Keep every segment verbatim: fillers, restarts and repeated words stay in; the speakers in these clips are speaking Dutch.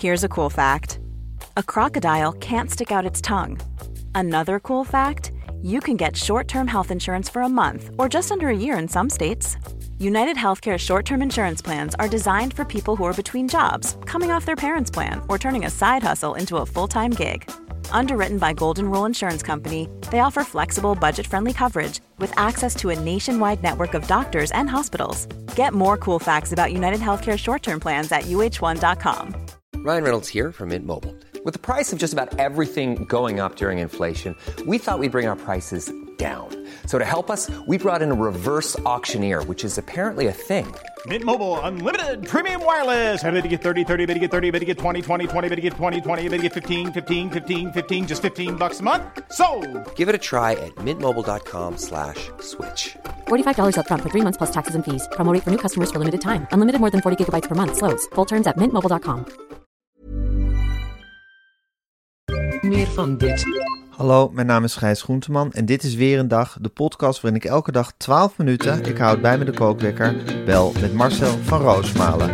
Here's a cool fact. A crocodile can't stick out its tongue. Another cool fact, you can get short-term health insurance for a month or just under a year in some states. United Healthcare short-term insurance plans are designed for people who are between jobs, coming off their parents' plan, or turning a side hustle into a full-time gig. Underwritten by Golden Rule Insurance Company, they offer flexible, budget-friendly coverage with access to a nationwide network of doctors and hospitals. Get more cool facts about United Healthcare short-term plans at U H one dot com. Ryan Reynolds here from Mint Mobile. With the price of just about everything going up during inflation, we thought we'd bring our prices down. So to help us, we brought in a reverse auctioneer, which is apparently a thing. Mint Mobile Unlimited Premium Wireless. How to get thirty, thirty, bit to get thirty, bit to get twenty, twenty, twenty, bit to get twenty, twenty, bit to get fifteen, fifteen, fifteen, fifteen, just fifteen bucks a month? Sold! Give it a try at mintmobile.com slash switch. forty-five dollars up front for three months plus taxes and fees. Promo rate for new customers for limited time. Unlimited more than forty gigabytes per month. Slows full terms at mint mobile dot com. Meer van dit. Hallo, mijn naam is Gijs Groenteman en dit is weer een dag, de podcast waarin ik elke dag twaalf minuten, ik houd bij me de kookwekker, bel met Marcel van Roosmalen.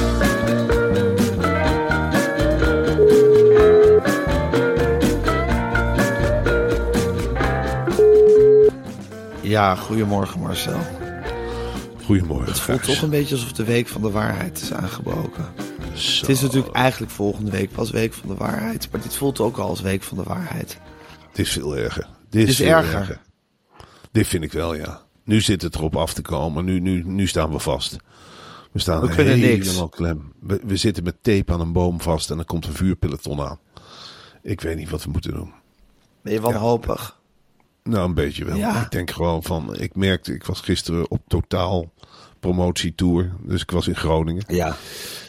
Ja, goedemorgen Marcel. Goedemorgen. Het voelt toch een beetje alsof de week van de waarheid is aangebroken. Zo. Het is natuurlijk eigenlijk volgende week pas week van de waarheid, maar dit voelt ook al als week van de waarheid. Het is veel erger. Dit is, is veel erger. erger. Dit vind ik wel, ja. Nu zit het erop af te komen. Nu, nu, nu staan we vast. We staan we kunnen helemaal niks. klem. We, we zitten met tape aan een boom vast en dan komt een vuurpeloton aan. Ik weet niet wat we moeten doen. Ben je wanhopig? Ja. Nou, een beetje wel. Ja. Ik denk gewoon van... Ik merkte, ik was gisteren op Totaal promotietour. Dus ik was in Groningen. Ja.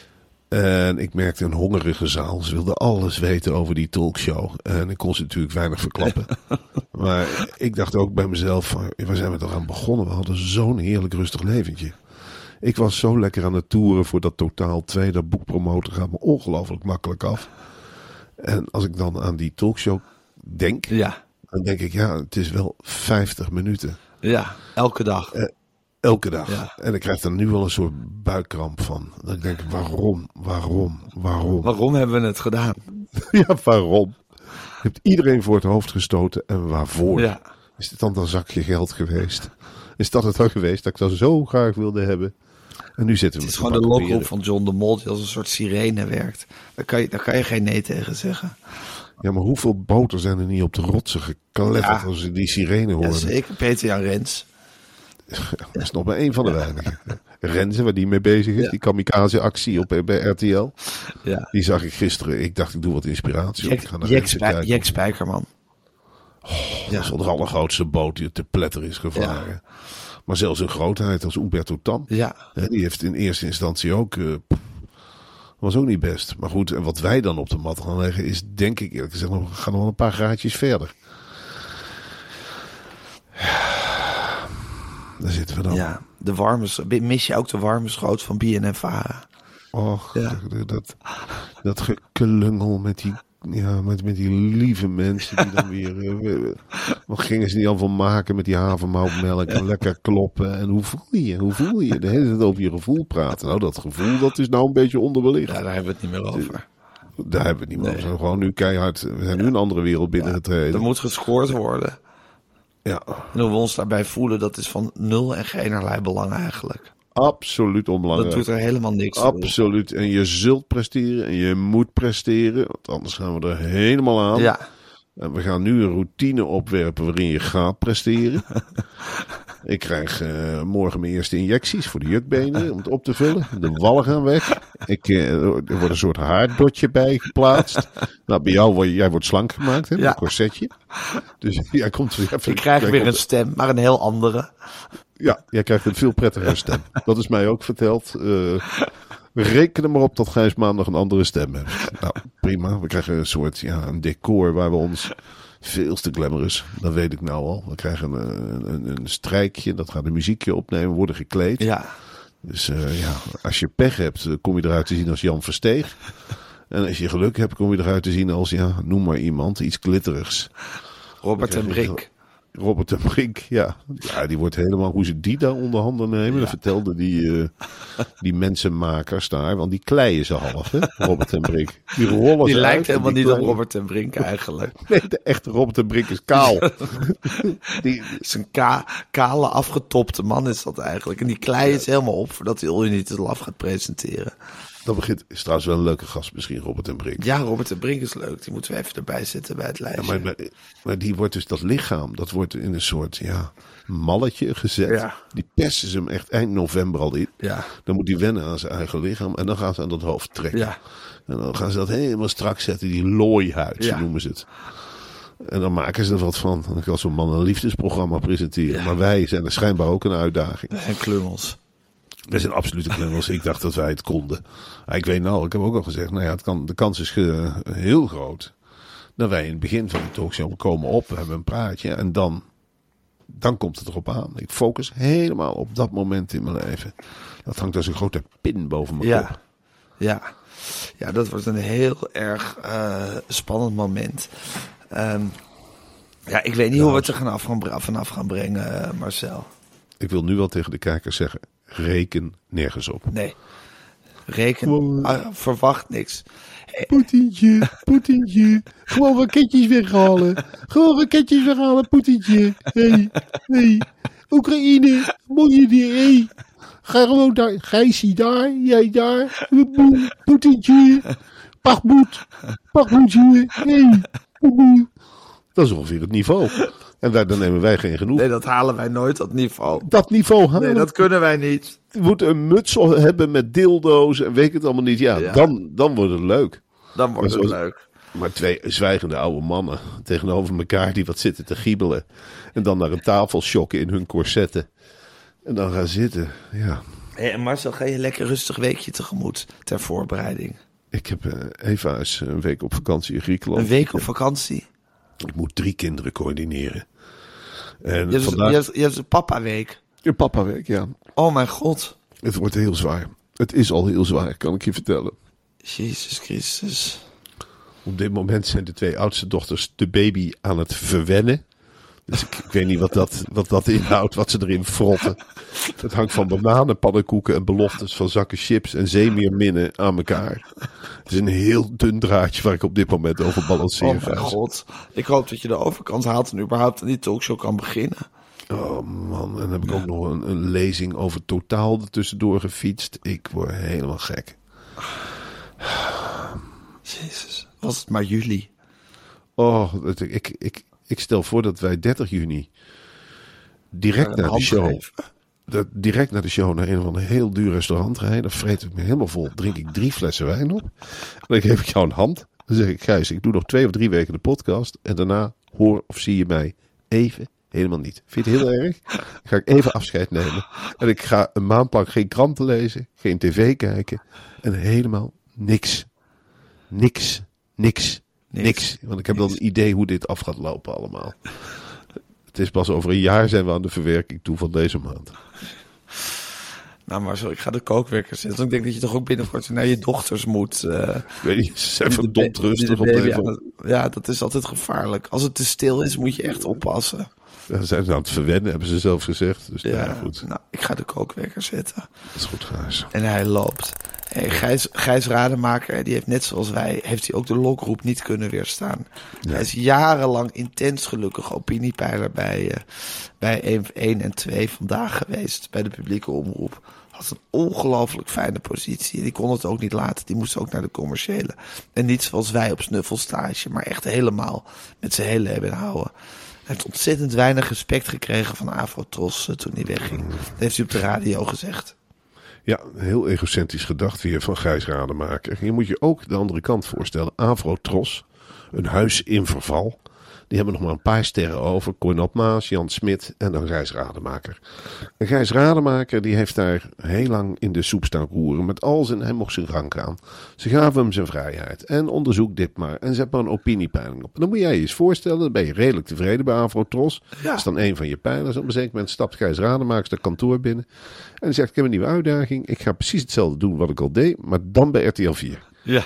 En ik merkte een hongerige zaal. Ze wilden alles weten over die talkshow. En ik kon ze natuurlijk weinig verklappen. Maar ik dacht ook bij mezelf, van, waar zijn we toch aan begonnen? We hadden zo'n heerlijk rustig leventje. Ik was zo lekker aan het toeren voor dat Totaal twee. Dat boek promoten gaat me ongelooflijk makkelijk af. En als ik dan aan die talkshow denk, Ja. dan denk ik, ja, het is wel vijftig minuten. Ja, elke dag. Eh, Elke dag. Ja. En ik krijg er nu wel een soort buikkramp van. Dat ik denk, waarom, waarom, waarom? Waarom hebben we het gedaan? Ja, waarom? Je hebt iedereen voor het hoofd gestoten. En waarvoor? Ja. Is dit dan een zakje geld geweest? Is dat het dan geweest dat ik dat zo graag wilde hebben? En nu zitten we Het is met gewoon de gebakken lokroep peren. van John de Mol die als een soort sirene werkt. Daar kan je, daar kan je geen nee tegen zeggen. Ja, maar hoeveel boter zijn er niet op de rotsen gekletterd Ja. als ze die sirene hoorden? Ja, zeker Peter Jan Rens. Dat is nog maar één van de weinigen. Renze, waar die mee bezig is. Ja. Die kamikaze-actie op bij R T L. Ja. Die zag ik gisteren. Ik dacht, ik doe wat inspiratie op. Jack, Ik ga naar Jack, Renze Spij- kijken. Jack Spijkerman. Dat is wel de allergrootste boot die te pletter is gevaren. Maar zelfs een grootheid als Umberto Tan. Ja. Hè, die heeft in eerste instantie ook... Uh, was ook niet best. Maar goed, en wat wij dan op de mat gaan leggen... is denk ik eerlijk gezegd... we gaan nog wel een paar graadjes verder. Daar zitten we dan. Ja, de warme, mis je ook de warme schoot van B N N Vara? Och, Ja. dat, dat, dat geklungel met die, ja, met, met die lieve mensen die dan weer... Uh, wat gingen ze niet al van maken met die havermoutmelk en lekker kloppen. En hoe voel je? Hoe voel je? De hele tijd over je gevoel praten. Nou, dat gevoel, dat is nou een beetje onderbelicht. Ja, daar hebben we het niet meer over. Daar hebben we het niet meer Nee. over. We zijn gewoon nu keihard... We zijn nu een andere wereld binnengetreden. Er moet gescoord worden. Ja, En hoe we ons daarbij voelen, dat is van nul en geenerlei belang eigenlijk. absoluut Dat onbelangrijk. doet er helemaal niks toe. Absoluut. En je zult presteren en je moet presteren. Want anders gaan we er helemaal aan. Ja, En we gaan nu een routine opwerpen waarin je gaat presteren. Ik krijg uh, morgen mijn eerste injecties voor de jukbenen om het op te vullen. De wallen gaan weg. Ik, uh, er wordt een soort haardotje bij geplaatst. Nou, bij jou word je, jij wordt slank gemaakt, hè, met Ja. een corsetje. Dus jij komt... Ja, ik krijg jij weer komt- een stem, maar een heel andere. Ja, jij krijgt een veel prettigere stem. Dat is mij ook verteld. Uh, reken er maar op dat Gijs maandag een andere stem heeft. Nou, prima. We krijgen een soort ja, een decor waar we ons... Veel te glamorous, dat weet ik nou al. We krijgen een, een, een strijkje, dat gaat een muziekje opnemen, worden gekleed. Ja, Dus uh, ja, als je pech hebt, uh, kom je eruit te zien als Jan Versteeg. En als je geluk hebt, kom je eruit te zien als, ja, noem maar iemand, iets glitterigs. Robert en Brink. Robert ten Brink, ja. ja, die wordt helemaal, hoe ze die daar onder handen nemen, ja. Dat vertelden die, uh, die mensenmakers daar, want die kleien ze half, hè, Robert ten Brink. Die rollen Die ze lijkt uit, helemaal die niet op kleien. Robert ten Brink eigenlijk. Nee, de echte Robert ten Brink is kaal. die, Het is een ka- kale, afgetopte man is dat eigenlijk. En die klei is helemaal op voordat hij All You Need Is Love gaat presenteren. dat begint, is trouwens wel een leuke gast misschien, Robert ten Brink. Ja, Robert ten Brink is leuk. Die moeten we even erbij zetten bij het lijstje. Ja, maar, maar, maar die wordt dus, dat lichaam, dat wordt in een soort ja, malletje gezet. Ja. Die persen ze hem echt eind november al in. Ja. Dan moet hij wennen aan zijn eigen lichaam. En dan gaan ze aan dat hoofd trekken. Ja. En dan gaan ze dat helemaal strak zetten. Die looihuid, Ja. zo noemen ze het. En dan maken ze er wat van. Dan kan zo'n man een liefdesprogramma presenteren. Ja. Maar wij zijn er schijnbaar ook een uitdaging. En klungels. We zijn absolute klungels. Ik dacht dat wij het konden. Maar ik weet nou, ik heb ook al gezegd. Nou ja, het kan, de kans is ge, heel groot. Dat wij in het begin van de talkshow komen op. We hebben een praatje. En dan, dan komt het erop aan. Ik focus helemaal op dat moment in mijn leven. Dat hangt als een grote pin boven mijn Ja. kop. Ja. Ja, dat wordt een heel erg uh, spannend moment. Um, ja, ik weet niet hoe we het er gaan af gaan, vanaf gaan brengen, uh, Marcel. Ik wil nu wel tegen de kijkers zeggen. Reken nergens op. Nee. Reken, uh, verwacht niks. Poetientje, Poetientje. Gewoon raketjes weghalen. Gewoon raketjes weghalen, Poetientje. Hey, hey. Oekraïne, moet je die, hey. Ga gewoon daar. Gijsie daar, jij daar. Poetientje. Pachmoed. Pachmoedje. Hey. Dat is ongeveer het niveau. En daar dan nemen wij geen genoeg. Nee, dat halen wij nooit, dat niveau. Dat niveau halen. Nee, dat kunnen wij niet. We moeten een muts hebben met dildo's en weet ik het allemaal niet. Ja, Ja. Dan, dan wordt het leuk. Dan wordt Maar het zoals- leuk. Maar twee zwijgende oude mannen tegenover elkaar die wat zitten te giebelen. En dan naar een tafel shocken in hun corsetten. En dan gaan zitten. Ja, Hey, en Marcel, ga je lekker rustig weekje tegemoet ter voorbereiding? ik heb uh, Eva is een week op vakantie in Griekenland. Een week op vakantie? Ik moet drie kinderen coördineren. En Je hebt, vandaag... je hebt, je hebt een papa-week. Een papa-week, ja. Oh mijn god. Het wordt heel zwaar. Het is al heel zwaar, kan ik je vertellen. Jezus Christus. Op dit moment zijn de twee oudste dochters de baby aan het verwennen. Dus ik, ik weet niet wat dat, wat dat inhoudt, wat ze erin frotten. Het hangt van bananen, pannenkoeken en beloftes van zakken chips en zeemeerminnen aan elkaar. Het is een heel dun draadje waar ik op dit moment over balanceer. Oh mijn god. Ik hoop dat je de overkant haalt en überhaupt aan die talkshow kan beginnen. Oh man, en dan heb ik ook nog een, een lezing over totaal er tussendoor gefietst. Ik word helemaal gek. Jezus. Was het maar juli. Oh, het, ik, ik, ik stel voor dat wij dertig juni direct Een naar de hand show... geven. Dat direct naar de show naar een of ander heel duur restaurant rijden. Dan vreet ik me helemaal vol. Drink ik drie flessen wijn op. En dan geef ik jou een hand. Dan zeg ik, Gijs, ik doe nog twee of drie weken de podcast. En daarna hoor of zie je mij even helemaal niet. Vind je het heel erg? Dan ga ik even afscheid nemen. En ik ga een maand lang geen kranten lezen. Geen tv kijken. En helemaal niks. Niks. Niks. Niks. Want ik heb dan een idee hoe dit af gaat lopen allemaal. Het is pas over een jaar zijn we aan de verwerking toe van deze maand. Nou Marcel, ik ga de kookwekker zetten. Want ik denk dat je toch ook binnenkort naar je dochters moet. Uh, Ik weet niet, ze zijn die de verdomd ba- rustig die de op baby de aan het- Ja, dat is altijd gevaarlijk. Als het te stil is, moet je echt oppassen. Ja, zijn ze aan het verwennen, hebben ze zelf gezegd. Dus ja, Ja, goed. nou, ik ga de kookwekker zetten. Dat is goed, Gijs. En hij loopt. Hey, Gijs, Gijs Rademaker, die heeft net zoals wij, heeft hij ook de lokroep niet kunnen weerstaan. Hij is jarenlang intens gelukkig opiniepeiler bij, uh, bij één en twee vandaag geweest, bij de publieke omroep. Had een ongelooflijk fijne positie. En die kon het ook niet laten. Die moest ook naar de commerciële. En niet zoals wij op snuffelstage, maar echt helemaal met zijn hele hebben houden. Hij heeft ontzettend weinig respect gekregen van Afrotros uh, toen hij wegging. Dat heeft hij op de radio gezegd. Ja, heel egocentrisch gedacht weer van Gijs Rademaker. Je moet je ook de andere kant voorstellen. Afrotros, een huis in verval. Die hebben nog maar een paar sterren over. Cornel Maas, Jan Smit en dan Gijs Rademaker. En Gijs Rademaker die heeft daar heel lang in de soep staan roeren. Met al zijn, hij mocht zijn gang gaan. Ze gaven hem zijn vrijheid. En onderzoek dit maar. En zet maar een opiniepeiling op. En dan moet jij je eens voorstellen. Dan ben je redelijk tevreden bij Afrotros. Ja. Dat is dan een van je pijlers. Op een zeker moment stapt Gijs Rademaker dat kantoor binnen. En hij zegt, ik heb een nieuwe uitdaging. Ik ga precies hetzelfde doen wat ik al deed. Maar dan bij R T L vier. Ja.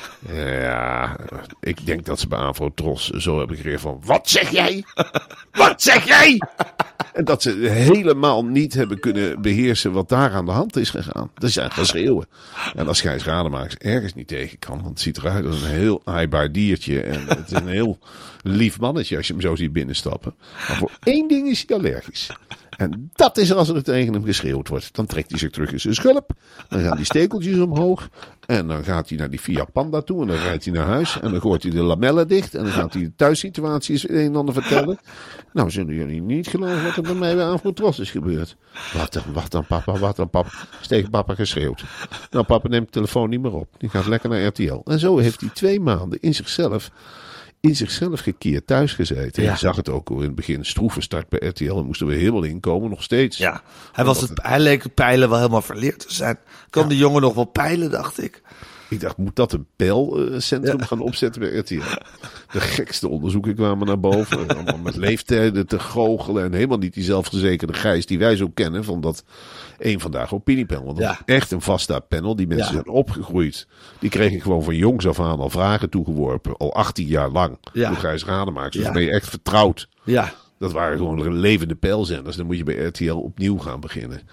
Ja, ik denk dat ze bij Afro-Tros zo hebben gekregen van... Wat zeg jij? Wat zeg jij? En dat ze helemaal niet hebben kunnen beheersen wat daar aan de hand is gegaan. Dat is eigenlijk schreeuwen. En als Gijs Rademakers ergens niet tegen kan... want het ziet eruit als een heel aaibaar diertje... en het is een heel lief mannetje als je hem zo ziet binnenstappen. Maar voor één ding is hij allergisch. En dat is als er tegen hem geschreeuwd wordt. Dan trekt hij zich terug in zijn schulp. Dan gaan die stekeltjes omhoog. En dan gaat hij naar die Fiat Panda toe. En dan rijdt hij naar huis. En dan gooit hij de lamellen dicht. En dan gaat hij de thuissituaties een en ander vertellen. Nou, zullen jullie niet geloven wat er bij mij bij Afro-Tros is gebeurd. Wat dan, wat dan papa, wat dan papa. Is tegen papa geschreeuwd. Nou, papa neemt de telefoon niet meer op. Die gaat lekker naar R T L. En zo heeft hij twee maanden in zichzelf... in zichzelf gekeerd thuis gezeten. Ja. Je zag het ook al in het begin. Stroeve start bij R T L. En moesten we helemaal inkomen. Nog steeds. Ja, hij, was het, hij leek het peilen wel helemaal verleerd te zijn. Kan ja. de jongen nog wel peilen, dacht ik. Ik dacht, moet dat een pijlcentrum ja. gaan opzetten bij R T L? De gekste onderzoeken kwamen naar boven. Allemaal met leeftijden te goochelen. En helemaal niet die zelfverzekerde Gijs die wij zo kennen. Van dat één Vandaag opiniepanel. Want dat ja. is echt een vaststaand panel. Die mensen ja. zijn opgegroeid. Die kregen gewoon van jongs af aan al vragen toegeworpen. Al achttien jaar lang. Ja. Door Gijs Rademakers. Dus ja. ben je echt vertrouwd. Ja. Dat waren gewoon levende pijlzenders. Dan moet je bij R T L opnieuw gaan beginnen.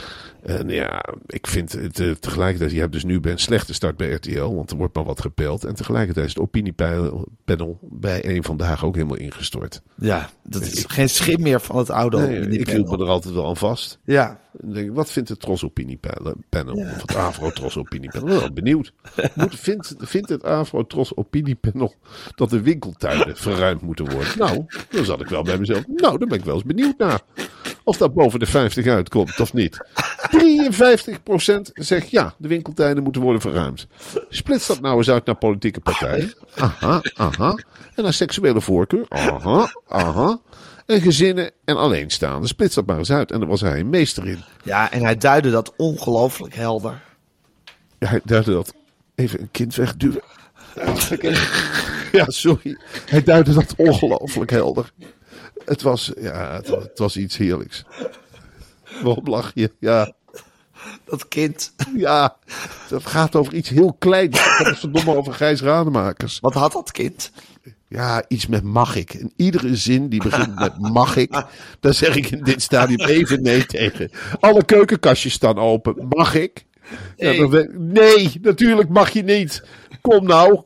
En ja, ik vind het uh, tegelijkertijd, je hebt dus nu bij een slechte start bij R T L, want er wordt maar wat gepeld. En tegelijkertijd is het opiniepanel bij één Vandaag ook helemaal ingestort. Ja, dat is ik, geen schim meer van het oude nee, opiniepanel. Ik hield me er altijd wel aan vast. Ja. En denk, wat vindt het Tros opiniepanel? Ja. Of het Afro-Tros opiniepanel? Ik ben wel benieuwd. Moet, vindt, vindt het Afro-Tros opiniepanel dat de winkeltuinen verruimd moeten worden? Nou, dan zat ik wel bij mezelf. Nou, daar ben ik wel eens benieuwd naar. Of dat boven de vijftig uitkomt of niet. drieënvijftig procent zegt ja, de winkeltijden moeten worden verruimd. Splits dat nou eens uit naar politieke partijen. Aha, aha. En naar seksuele voorkeur. Aha, aha. En gezinnen en alleenstaanden. Splits dat maar eens uit. En daar was hij een meester in. Ja, en hij duidde dat ongelooflijk helder. Ja, hij duidde dat... Even een kind wegduwen. Ja, sorry. Hij duidde dat ongelooflijk helder. Het was, ja, het, het was iets heerlijks. Waarom lach je? Ja. Dat kind. Ja, dat gaat over iets heel kleins. Het gaat verdomme over Gijs Rademakers. Wat had dat kind? Ja, iets met mag ik. En iedere zin die begint met mag ik, daar zeg ik in dit stadium even nee tegen. Alle keukenkastjes staan open. Mag ik? Nee, ja, dan, nee natuurlijk mag je niet. Kom nou.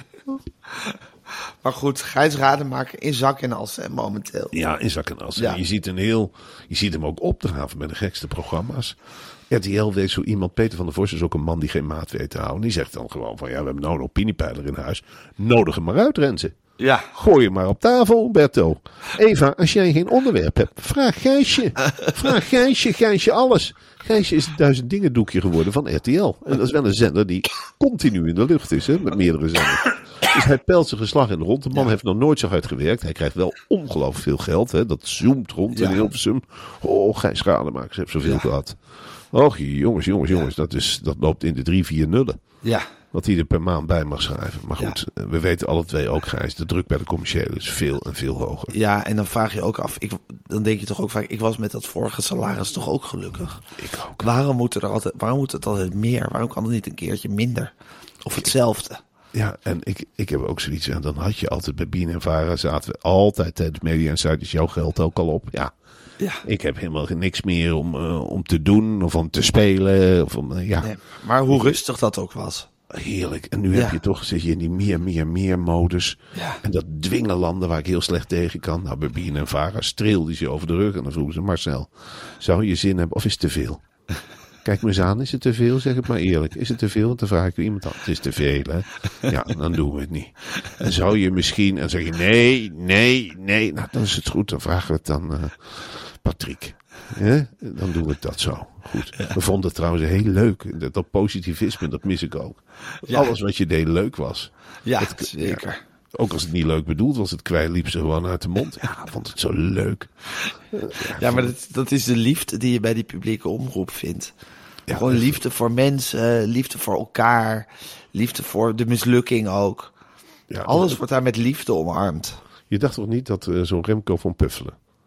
Maar goed, Gijs Rademaker in zak en as momenteel. Ja, in zak en as. Ja. En je ziet een heel, je ziet hem ook opdraven met de gekste programma's. R T L weet zo iemand, Peter van der Vos is ook een man die geen maat weet te houden. Die zegt dan gewoon van ja, we hebben nou een opiniepeiler in huis. Nodig hem maar uit, Renze. Ja. Gooi hem maar op tafel, Berto. Eva, als jij geen onderwerp hebt, vraag Gijsje. Vraag Gijsje, Gijsje alles. Gijsje is het duizend dingen doekje geworden van R T L. En dat is wel een zender die continu in de lucht is, hè, met meerdere zenders. Dus hij pelt zijn geslag in de rond. De man ja. heeft nog nooit zo hard gewerkt. Hij krijgt wel ongelooflijk veel geld. Hè. Dat zoomt rond ja. in Hilversum. Oh, Gijs Rademakers heeft zoveel ja. gehad. Och, jongens, jongens, jongens. Ja. Dat, is, dat loopt in de drie, vier nullen. Ja. Wat hij er per maand bij mag schrijven. Maar goed, ja. we weten alle twee ook, Gijs. De druk bij de commerciële is veel en veel hoger. Ja, en dan vraag je ook af. Ik, dan denk je toch ook vaak, ik was met dat vorige salaris toch ook gelukkig. Ik ook. Waarom moet, er altijd, waarom moet het altijd meer? Waarom kan het niet een keertje minder? Of hetzelfde? Ja, en ik, ik heb ook zoiets. En dan had je altijd bij Bien en Vara zaten we altijd tijdens Media Insight is jouw geld ook al op. Ja. Ja. Ik heb helemaal niks meer om, uh, om te doen of om te spelen. Of om, uh, ja. Nee, maar hoe rustig dat ook was. Heerlijk. En nu ja. heb je toch, zit je in die meer, meer, meer modus. Ja. En dat dwingen landen waar ik heel slecht tegen kan. Nou, bij Bien en Vara streelde ze over de rug. En dan vroegen ze, Marcel, zou je zin hebben of is het te veel? Kijk me eens aan, is het te veel? Zeg het maar eerlijk. Is het te veel? Dan vraag ik weer iemand aan. Het is te veel, hè? Ja, dan doen we het niet. En zou je misschien... En dan zeg je, nee, nee, nee. Nou, dan is het goed. Dan vragen we het dan uh, Patrick. Ja? Dan doen we dat zo. Goed. We vonden het trouwens heel leuk. Dat, dat positivisme, dat mis ik ook. Ja. Alles wat je deed leuk was. Ja, dat, zeker. Ja. Ook als het niet leuk bedoeld was, het kwijt liep ze gewoon uit de mond. Ja, ik vond het zo leuk. Ja, ja maar dat, dat is de liefde die je bij die publieke omroep vindt. Ja, gewoon liefde voor mensen, liefde voor elkaar, liefde voor de mislukking ook. Ja, Alles dat, wordt daar met liefde omarmd. Je dacht toch niet dat uh, zo'n Remco van Puffelen,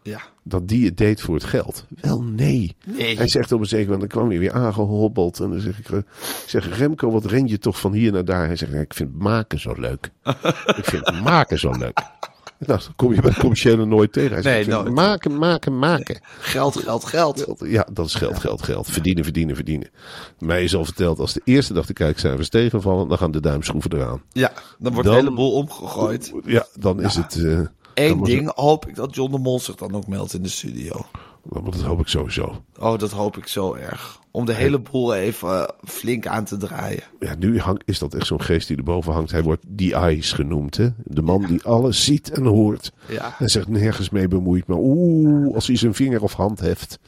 Ja. Dat die het deed voor het geld. Wel, nee. nee. Hij zegt op een zeker moment, dan kwam hij weer aangehobbeld. En dan zeg ik, uh, ik zeg, Remco, wat ren je toch van hier naar daar? Hij zegt, ik vind maken zo leuk. ik vind maken zo leuk. Nou, dan kom je bij de commerciële nooit tegen. Hij zegt, nee, nooit. Maken, maken, maken. Geld, geld, geld. Ja, dat is geld, geld, geld. Verdienen, verdienen, verdienen. Mij is al verteld, als de eerste dag de kijkcijfers tegenvallen, dan gaan de duimschroeven eraan. Ja, dan wordt dan, de hele boel omgegooid. Ja, dan is ja. het... Uh, Eén ding het... hoop ik dat John de Mol zich dan ook meldt in de studio. Want dat hoop ik sowieso. Oh, dat hoop ik zo erg. Om de hele boel even uh, flink aan te draaien. Ja, nu hang, is dat echt zo'n geest die erboven hangt. Hij wordt The Eyes genoemd, hè? De man ja. die alles ziet en hoort. Ja. En zich nergens mee bemoeit. Maar oeh, als hij zijn vinger of hand heft.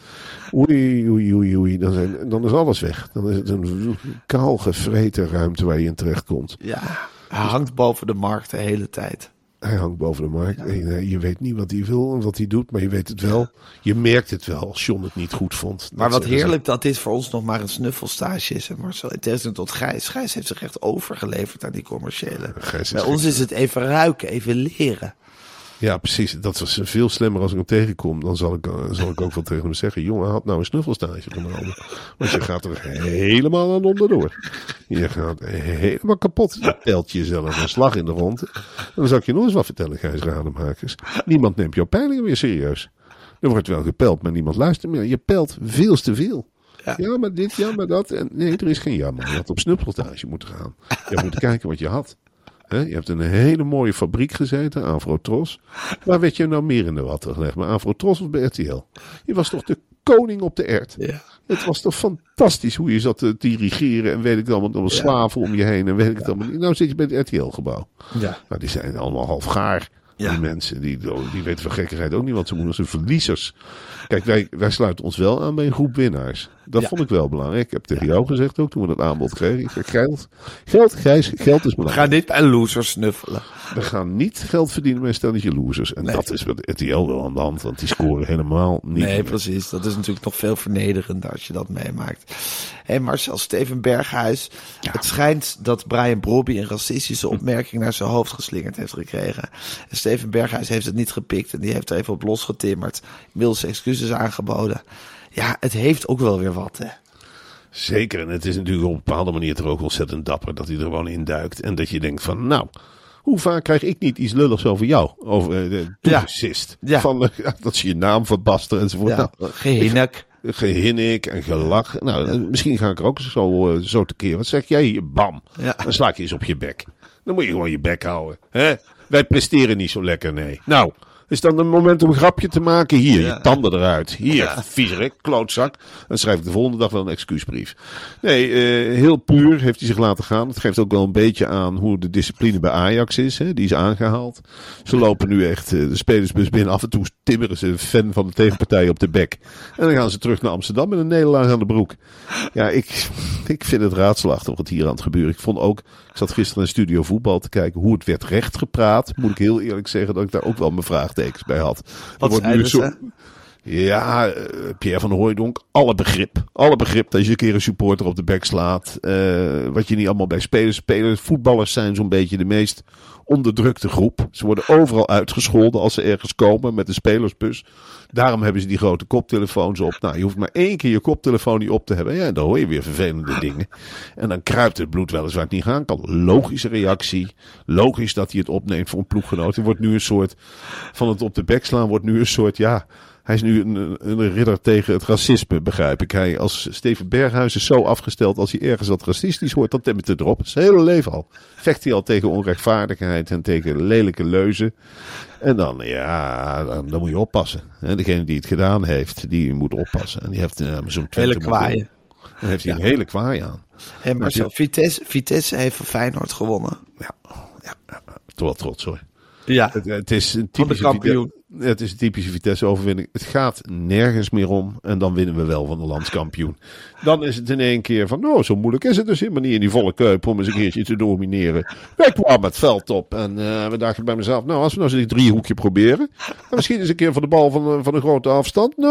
Oei, oei, oei, oei. Dan, zijn, dan is alles weg. Dan is het een kaal gevreten ruimte waar je in terecht komt. Ja, hij hangt boven de markt de hele tijd. Hij hangt boven de markt. Ja. En je weet niet wat hij wil en wat hij doet, maar je weet het wel. Je merkt het wel als John het niet goed vond. Maar wat heerlijk dat dit voor ons nog maar een snuffelstage is. En Marcel, in tegenstelling tot Gijs. Gijs heeft zich echt overgeleverd aan die commerciële. Bij ons is het even ruiken, even leren. Ja, precies. Dat was veel slimmer als ik hem tegenkom. Dan zal ik, uh, zal ik ook wel tegen hem zeggen. Jongen, had nou een snuffelstage genomen. Want je gaat er helemaal aan onderdoor. Je gaat helemaal kapot. Je pelt jezelf een slag in de rond. En dan zal ik je nog eens wat vertellen, Gijs Rademakers. Niemand neemt jouw peilingen meer serieus. Er wordt wel gepeld, maar niemand luistert meer. Je pelt veel te veel. Ja. ja, maar dit, ja, maar dat. En nee, er is geen ja, maar je had op snuffelstage moeten gaan. Je moet kijken wat je had. He, je hebt in een hele mooie fabriek gezeten, Afrotros. Waar werd je nou meer in de watten gelegd? Bij Afrotros of bij R T L? Je was toch de koning op de ert? Ja. Het was toch fantastisch hoe je zat te dirigeren en weet ik het allemaal, allemaal ja. slaven om je heen en weet ik het ja. allemaal niet. Nou zit je bij het R T L-gebouw. Ja. Nou, die zijn allemaal half gaar. Ja. Die mensen, die, die weten van gekkigheid ook niet wat ze moeten. Ze zijn verliezers. Kijk, wij, wij sluiten ons wel aan bij een groep winnaars. Dat ja. vond ik wel belangrijk. Ik heb tegen ja. jou gezegd ook, toen we dat aanbod kregen. Ik zeg, geld, geld, Gijs, geld is belangrijk. We gaan niet bij losers snuffelen. We gaan niet geld verdienen met een stelletje losers. En nee. dat is wat R T L wel aan de hand, want die scoren helemaal niet. Nee, meer. Precies. Dat is natuurlijk nog veel vernederender als je dat meemaakt. Hé hey Marcel, Steven Berghuis. Ja. Het schijnt dat Brian Brobby een racistische opmerking naar zijn hoofd geslingerd heeft gekregen. En Steven Berghuis heeft het niet gepikt en die heeft er even op losgetimmerd. Inmiddels excuses aangeboden. Ja, het heeft ook wel weer wat, hè. Zeker, en het is natuurlijk op een bepaalde manier toch ook ontzettend dapper dat hij er gewoon induikt. En dat je denkt van, nou, hoe vaak krijg ik niet iets lulligs over jou? Over uh, de toegesist. Ja. Ja. Van, uh, dat ze je naam verbasten enzovoort. Ja, nou, gehinnik. Gehinnik en gelach. Nou, ja. Misschien ga ik er ook zo, uh, zo tekeer. Wat zeg jij hier? Bam. Ja. Dan sla ik je eens op je bek. Dan moet je gewoon je bek houden. Hè? Wij presteren niet zo lekker, nee. Nou, is dan een moment om een grapje te maken? Hier, ja. je tanden eruit. Hier, ja. viezerik, klootzak. Dan schrijf ik de volgende dag wel een excuusbrief. Nee, uh, heel puur heeft hij zich laten gaan. Het geeft ook wel een beetje aan hoe de discipline bij Ajax is. Hè? Die is aangehaald. Ze lopen nu echt uh, de spelersbus binnen. Af en toe timmeren ze een fan van de tegenpartij op de bek. En dan gaan ze terug naar Amsterdam met een nederlaag aan de broek. Ja, ik, ik vind het raadselachtig wat hier aan het gebeuren. Ik vond ook, ik zat gisteren in Studio Voetbal te kijken hoe het werd rechtgepraat. Moet ik heel eerlijk zeggen dat ik daar ook wel mijn vraagtekens bij had. Wat wordt nu zo. Ja, uh, Pierre van Hooijdonk, alle begrip. Alle begrip dat je een keer een supporter op de bek slaat. Uh, wat je niet allemaal bij spelers. Spelers, voetballers zijn zo'n beetje de meest onderdrukte groep. Ze worden overal uitgescholden als ze ergens komen met de spelersbus. Daarom hebben ze die grote koptelefoons op. Nou, je hoeft maar één keer je koptelefoon niet op te hebben. Ja, en dan hoor je weer vervelende dingen. En dan kruipt het bloed wel eens waar het niet gaan kan. Logische reactie. Logisch dat hij het opneemt voor een ploeggenoot. Er wordt nu een soort, van het op de bek slaan wordt nu een soort, ja... Hij is nu een, een ridder tegen het racisme, begrijp ik. Hij, als Steven Berghuis is zo afgesteld, als hij ergens wat racistisch hoort, dan timmert het erop. Zijn hele leven al. Vecht hij al tegen onrechtvaardigheid en tegen lelijke leuzen. En dan, ja, dan, dan moet je oppassen. En degene die het gedaan heeft, die moet oppassen. En die heeft uh, zo'n hele kwaaien. Dan heeft hij ja. een hele kwaai aan. Hey, maar zo, Vitesse, Vitesse heeft van Feyenoord gewonnen. Ja, ja, ja. Toch wel trots hoor. Ja, het, het is een typische kampioen. Het is een typische Vitesse-overwinning. Het gaat nergens meer om. En dan winnen we wel van de landskampioen. Dan is het in één keer van, nou, zo moeilijk is het dus helemaal niet in die volle kuip om eens een keertje te domineren. Wij kwamen het veld op en uh, we dachten bij mezelf, nou, als we nou eens een driehoekje proberen. En misschien eens een keer van de bal van, van een grote afstand. Nou,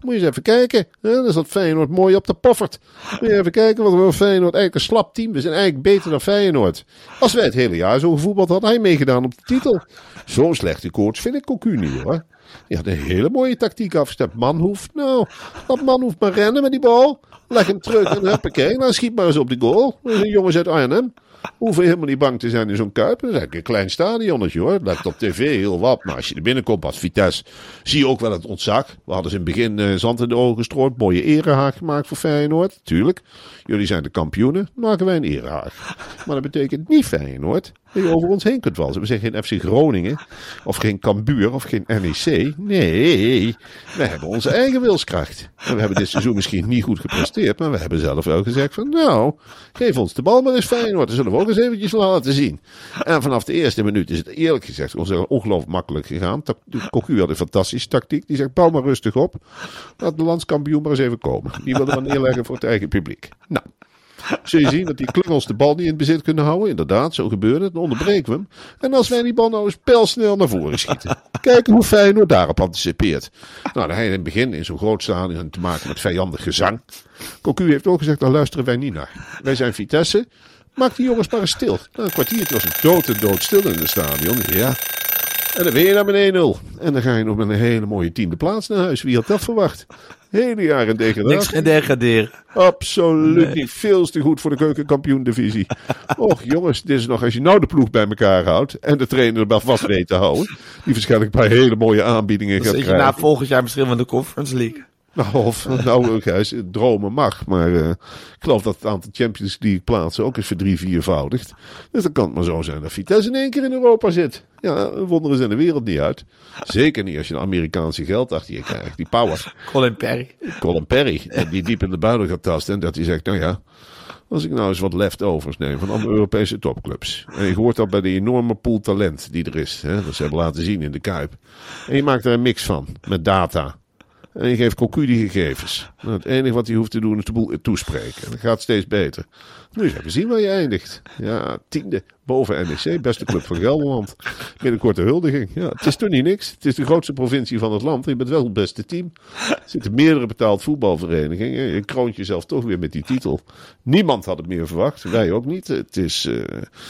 Moet je eens even kijken. Hè? Dan zat Feyenoord mooi op de poffert. Moet je even kijken wat we van Feyenoord... Eigenlijk een slap team. We zijn eigenlijk beter dan Feyenoord. Als wij het hele jaar zo gevoetbald hadden, had hij meegedaan op de titel. Zo'n slechte coach vind ik Cocu niet, hoor. Die had een hele mooie tactiek afgestemd. Manhoeft, nou, dat Manhoeft maar rennen met die bal. Leg hem terug en huppakee. Nou, schiet maar eens op de goal. Dat is een jongens uit Arnhem. Hoeven helemaal niet bang te zijn in zo'n Kuip. Dat is eigenlijk een klein stadionnetje, hoor. Dat lijkt op tv heel wat. Maar als je er binnenkomt als Vitesse, zie je ook wel het ontzag. We hadden ze in het begin uh, zand in de ogen gestrooid. Mooie erehaag gemaakt voor Feyenoord. Tuurlijk. Jullie zijn de kampioenen. Maken wij een erehaag. Maar dat betekent niet Feyenoord dat je over ons heen kunt walsen. We zijn geen F C Groningen. Of geen Cambuur. Of geen N E C. Nee. We hebben onze eigen wilskracht. En we hebben dit seizoen misschien niet goed gepresteerd. Maar we hebben zelf wel gezegd van nou, geef ons de bal maar eens Feyenoord. Dan zullen we ook eens eventjes laten zien. En vanaf de eerste minuut is het eerlijk gezegd ons ongelooflijk makkelijk gegaan. Cocu had een fantastische tactiek. Die zegt bouw maar rustig op. Laat de landskampioen maar eens even komen. Die wilde maar neerleggen voor het eigen publiek. Nou. Zul je zien dat die klungels de bal niet in het bezit kunnen houden. Inderdaad, zo gebeurde het. Dan onderbreken we hem. En als wij die bal nou eens pijlsnel naar voren schieten. Kijken hoe Feyenoord daarop anticipeert. Nou, dan had je in het begin in zo'n groot stadion te maken met vijandig gezang. Cocu heeft ook gezegd, daar luisteren wij niet naar. Wij zijn Vitesse. Maak die jongens maar eens stil. Nou, een kwartiertje was het dood en dood stil in het stadion. Ja. En dan ben je naar met één nul. En dan ga je nog met een hele mooie tiende plaats naar huis. Wie had dat verwacht? Hele jaar in degradatie. Niks geen degraderen. Absoluut Nee. niet. Veel te goed voor de keukenkampioen-divisie. Och jongens, dit is nog als je nou de ploeg bij elkaar houdt. En de trainer er wel vast weet te houden. Die waarschijnlijk een paar hele mooie aanbiedingen Dan gaat zit je krijgen. na volgend jaar misschien wel in de Conference League. Nou, of, nou Gijs, dromen mag. Maar uh, ik geloof dat het aantal Champions League plaatsen ook eens voor drie, viervoudigt. Dus dan kan het maar zo zijn dat Vitesse in één keer in Europa zit. Ja, wonderen zijn de wereld niet uit. Zeker niet als je een Amerikaanse geld achter je krijgt. Die power. Colin Perry. Colin Perry. Die diep in de buidel gaat tasten. En dat hij zegt, nou ja, als ik nou eens wat leftovers neem van alle Europese topclubs. En je hoort dat bij de enorme pool talent die er is. Hè, dat ze hebben laten zien in de Kuip. En je maakt er een mix van. Met data. En je geeft Cocu die gegevens. Nou, het enige wat hij hoeft te doen is de boel toespreken. En dat gaat steeds beter. Nu eens even zien waar je eindigt. Ja, tiende boven N E C. Beste club van Gelderland. Binnenkort de huldiging. Ja, het is toch niet niks. Het is de grootste provincie van het land. Je bent wel het beste team. Er zitten meerdere betaald voetbalverenigingen. Je kroont jezelf toch weer met die titel. Niemand had het meer verwacht. Wij ook niet. Het is uh,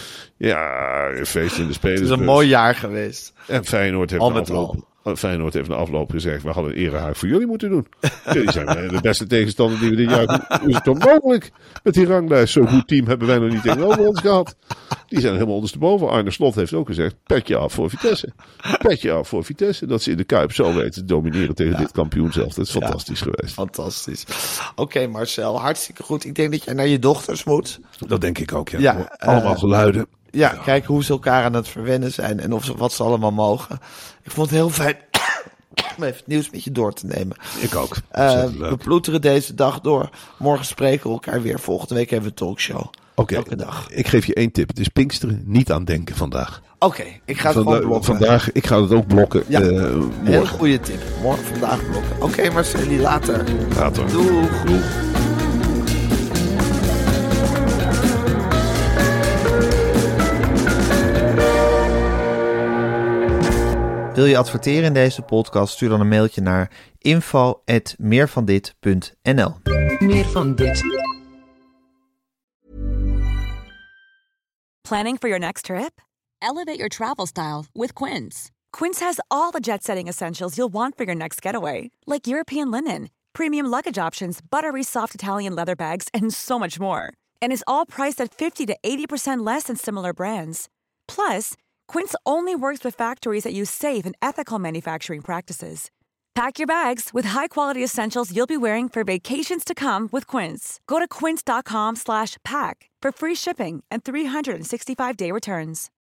ja, een feest in de spelers. Het is een mooi jaar geweest. En Feyenoord heeft Al de met afloop... Feyenoord heeft na afloop gezegd, we hadden een erehaag voor jullie moeten doen. Jullie zijn de beste tegenstander die we dit jaar... Hoe is het toch mogelijk? Met die ranglijst, zo'n goed team hebben wij nog niet tegenover ons gehad. Die zijn helemaal ondersteboven. Arne Slot heeft ook gezegd, petje af voor Vitesse. Petje af voor Vitesse. Dat ze in de Kuip zo weten te domineren tegen ja. dit kampioen zelf. Dat is fantastisch ja, geweest. Fantastisch. Oké okay, Marcel, hartstikke goed. Ik denk dat jij naar je dochters moet. Dat denk ik ook, ja. ja Allemaal uh, geluiden. Ja, ja, kijken hoe ze elkaar aan het verwennen zijn en of ze, wat ze allemaal mogen. Ik vond het heel fijn om even het nieuws met je door te nemen. Ik ook. Uh, we ploeteren deze dag door. Morgen spreken we elkaar weer. Volgende week hebben we een talkshow. Oké, elke dag. Ik geef je één tip. Het is Pinksteren. Niet aan denken vandaag. Oké, okay, ik ga het Vanda- gewoon blokken. Vandaag, ik ga het ook blokken. Ja, uh, morgen. Heel goede tip. Morgen vandaag blokken. Oké okay, Marcel, later. Later. Doeg. Doeg. Wil je adverteren in deze podcast? Stuur dan een mailtje naar info at meervandit punt n l. Meer van dit. Planning for your next trip? Elevate your travel style with Quince. Quince has all the jet-setting essentials you'll want for your next getaway, like European linen, premium luggage options, buttery soft Italian leather bags, and so much more. And is all priced at fifty to eighty percent less than similar brands. Plus, Quince only works with factories that use safe and ethical manufacturing practices. Pack your bags with high-quality essentials you'll be wearing for vacations to come with Quince. Go to quince dot com slash pack for free shipping and three sixty-five day returns.